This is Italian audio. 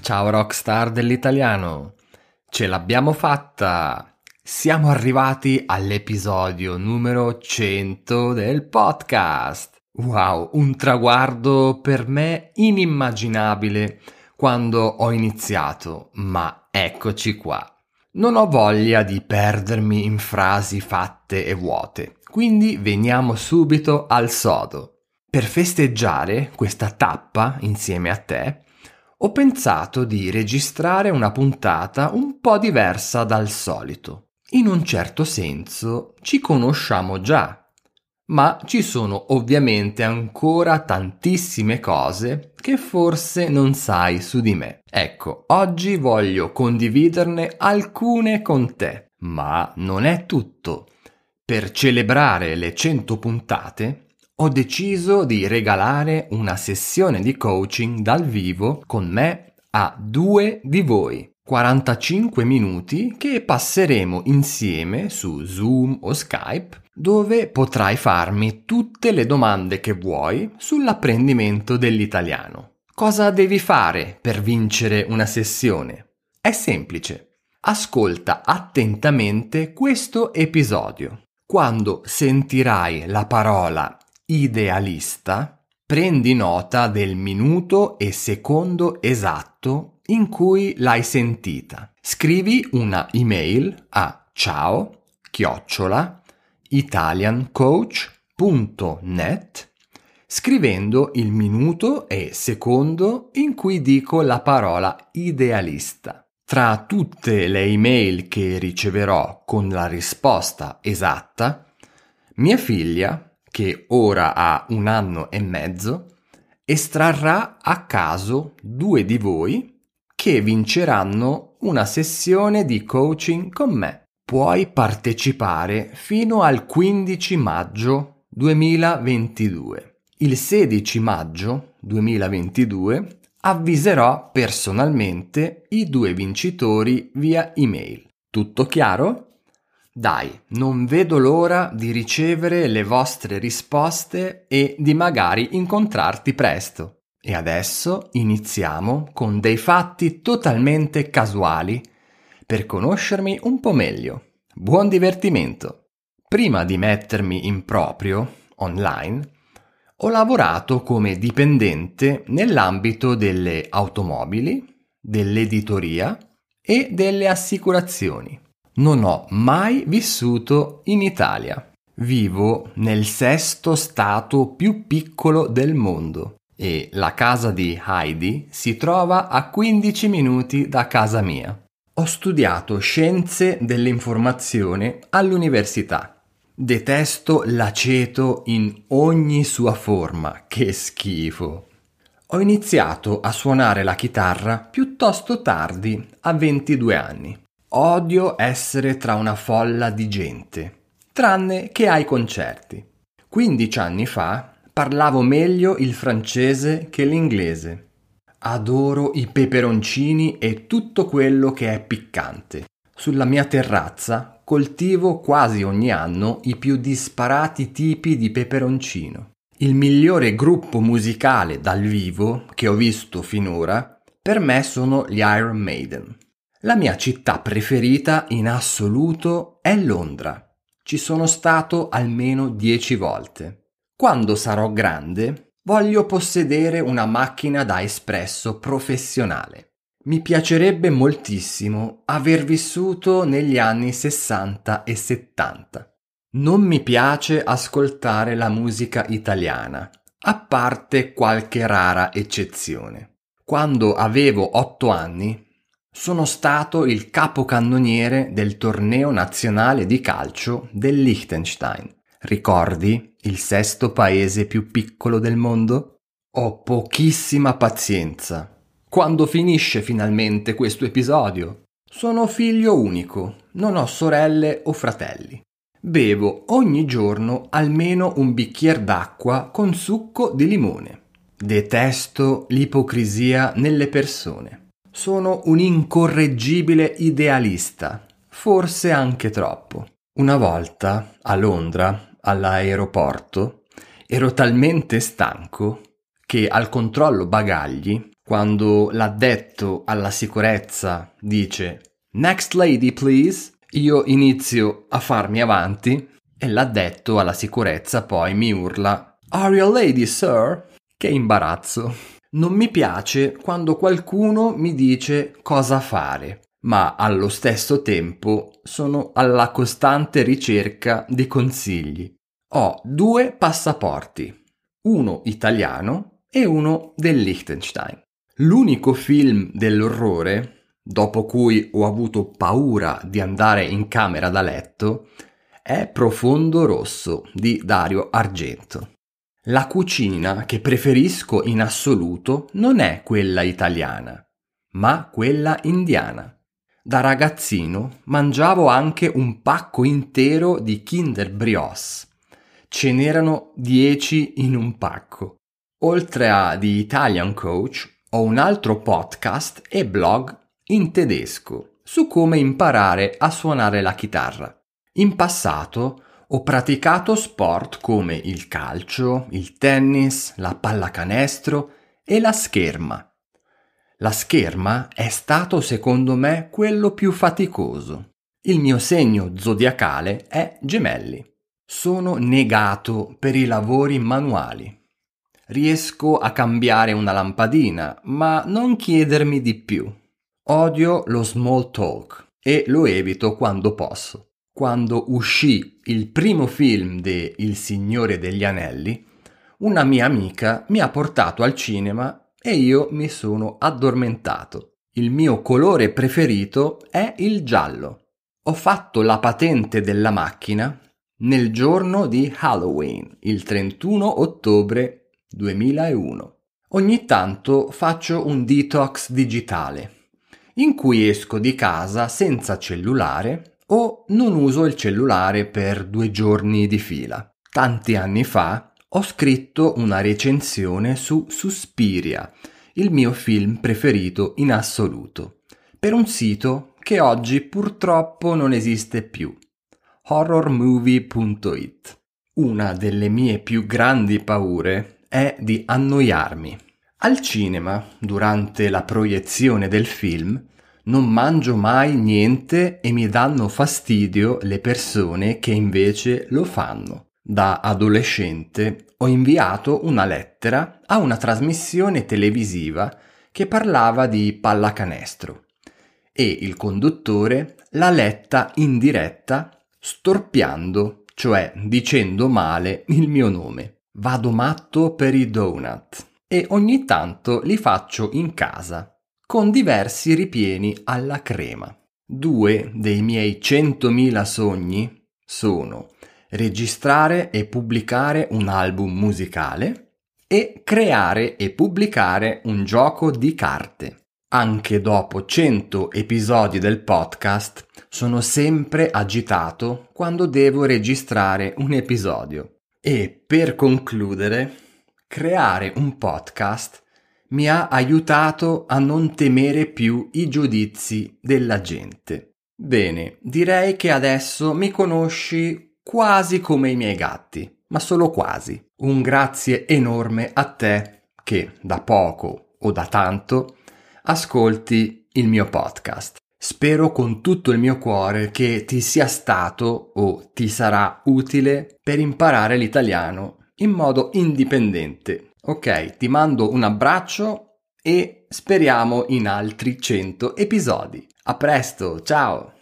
Ciao rockstar dell'italiano, ce l'abbiamo fatta! Siamo arrivati all'episodio numero 100 del podcast! Wow, un traguardo per me inimmaginabile quando ho iniziato, ma eccoci qua. Non ho voglia di perdermi in frasi fatte e vuote, quindi veniamo subito al sodo. Per festeggiare questa tappa insieme a te, ho pensato di registrare una puntata un po' diversa dal solito. In un certo senso ci conosciamo già, ma ci sono ovviamente ancora tantissime cose che forse non sai su di me. Ecco, oggi voglio condividerne alcune con te, ma non è tutto. Per celebrare le 100 puntate, ho deciso di regalare una sessione di coaching dal vivo con me a 2 di voi. 45 minuti che passeremo insieme su Zoom o Skype, dove potrai farmi tutte le domande che vuoi sull'apprendimento dell'italiano. Cosa devi fare per vincere una sessione? È semplice. Ascolta attentamente questo episodio. Quando sentirai la parola idealista, prendi nota del minuto e secondo esatto in cui l'hai sentita. Scrivi una email a ciao@italiancoach.net scrivendo il minuto e secondo in cui dico la parola idealista. Tra tutte le email che riceverò con la risposta esatta, mia figlia, che ora ha 1 anno e mezzo, estrarrà a caso 2 di voi che vinceranno una sessione di coaching con me. Puoi partecipare fino al 15 maggio 2022. Il 16 maggio 2022 avviserò personalmente i 2 vincitori via email. Tutto chiaro? Dai, non vedo l'ora di ricevere le vostre risposte e di magari incontrarti presto. E adesso iniziamo con dei fatti totalmente casuali per conoscermi un po' meglio. Buon divertimento! Prima di mettermi in proprio, online, ho lavorato come dipendente nell'ambito delle automobili, dell'editoria e delle assicurazioni. Non ho mai vissuto in Italia. Vivo nel 6º stato più piccolo del mondo e la casa di Heidi si trova a 15 minuti da casa mia. Ho studiato scienze dell'informazione all'università. Detesto l'aceto in ogni sua forma, che schifo. Ho iniziato a suonare la chitarra piuttosto tardi, a 22 anni. Odio essere tra una folla di gente, tranne che ai concerti. 15 anni fa parlavo meglio il francese che l'inglese. Adoro i peperoncini e tutto quello che è piccante. Sulla mia terrazza coltivo quasi ogni anno i più disparati tipi di peperoncino. Il migliore gruppo musicale dal vivo che ho visto finora per me sono gli Iron Maiden. La mia città preferita in assoluto è Londra. Ci sono stato almeno 10 volte. Quando sarò grande, voglio possedere una macchina da espresso professionale. Mi piacerebbe moltissimo aver vissuto negli anni 60 e 70. Non mi piace ascoltare la musica italiana, a parte qualche rara eccezione. Quando avevo 8 anni, sono stato il capocannoniere del torneo nazionale di calcio del Liechtenstein. Ricordi il 6º paese più piccolo del mondo? Ho pochissima pazienza. Quando finisce finalmente questo episodio? Sono figlio unico, non ho sorelle o fratelli. Bevo ogni giorno almeno un bicchiere d'acqua con succo di limone. Detesto l'ipocrisia nelle persone. Sono un incorreggibile idealista, forse anche troppo. Una volta, a Londra, all'aeroporto, ero talmente stanco che al controllo bagagli Quando l'addetto alla sicurezza dice "Next lady, please", io inizio a farmi avanti e l'addetto alla sicurezza poi mi urla "Are you a lady, sir?" Che imbarazzo. Non mi piace quando qualcuno mi dice cosa fare, ma allo stesso tempo sono alla costante ricerca di consigli. Ho 2 passaporti, uno italiano e uno del Liechtenstein. L'unico film dell'orrore, dopo cui ho avuto paura di andare in camera da letto, è Profondo Rosso di Dario Argento. La cucina che preferisco in assoluto non è quella italiana, ma quella indiana. Da ragazzino mangiavo anche un pacco intero di Kinder Brioche. Ce n'erano 10 in un pacco. Oltre a The Italian Coach, ho un altro podcast e blog in tedesco su come imparare a suonare la chitarra. In passato ho praticato sport come il calcio, il tennis, la pallacanestro e la scherma. La scherma è stato secondo me quello più faticoso. Il mio segno zodiacale è Gemelli. Sono negato per i lavori manuali. Riesco a cambiare una lampadina, ma non chiedermi di più. Odio lo small talk e lo evito quando posso. Quando uscì il primo film de Il Signore degli Anelli, una mia amica mi ha portato al cinema e io mi sono addormentato. Il mio colore preferito è il giallo. Ho fatto la patente della macchina nel giorno di Halloween, il 31 ottobre 2001. Ogni tanto faccio un detox digitale, in cui esco di casa senza cellulare o non uso il cellulare per 2 giorni di fila. Tanti anni fa ho scritto una recensione su Suspiria, il mio film preferito in assoluto, per un sito che oggi purtroppo non esiste più, horrormovie.it. Una delle mie più grandi paure è di annoiarmi. Al cinema, durante la proiezione del film, non mangio mai niente e mi danno fastidio le persone che invece lo fanno. Da adolescente ho inviato una lettera a una trasmissione televisiva che parlava di pallacanestro e il conduttore l'ha letta in diretta storpiando, cioè dicendo male il mio nome. Vado matto per i donut e ogni tanto li faccio in casa, con diversi ripieni alla crema. 2 dei miei 100.000 sogni sono registrare e pubblicare un album musicale e creare e pubblicare un gioco di carte. Anche dopo 100 episodi del podcast sono sempre agitato quando devo registrare un episodio. E per concludere, creare un podcast mi ha aiutato a non temere più i giudizi della gente. Bene, direi che adesso mi conosci quasi come i miei gatti, ma solo quasi. Un grazie enorme a te che da poco o da tanto ascolti il mio podcast. Spero con tutto il mio cuore che ti sia stato o ti sarà utile per imparare l'italiano in modo indipendente. Ok, ti mando un abbraccio e speriamo in altri 100 episodi. A presto, ciao!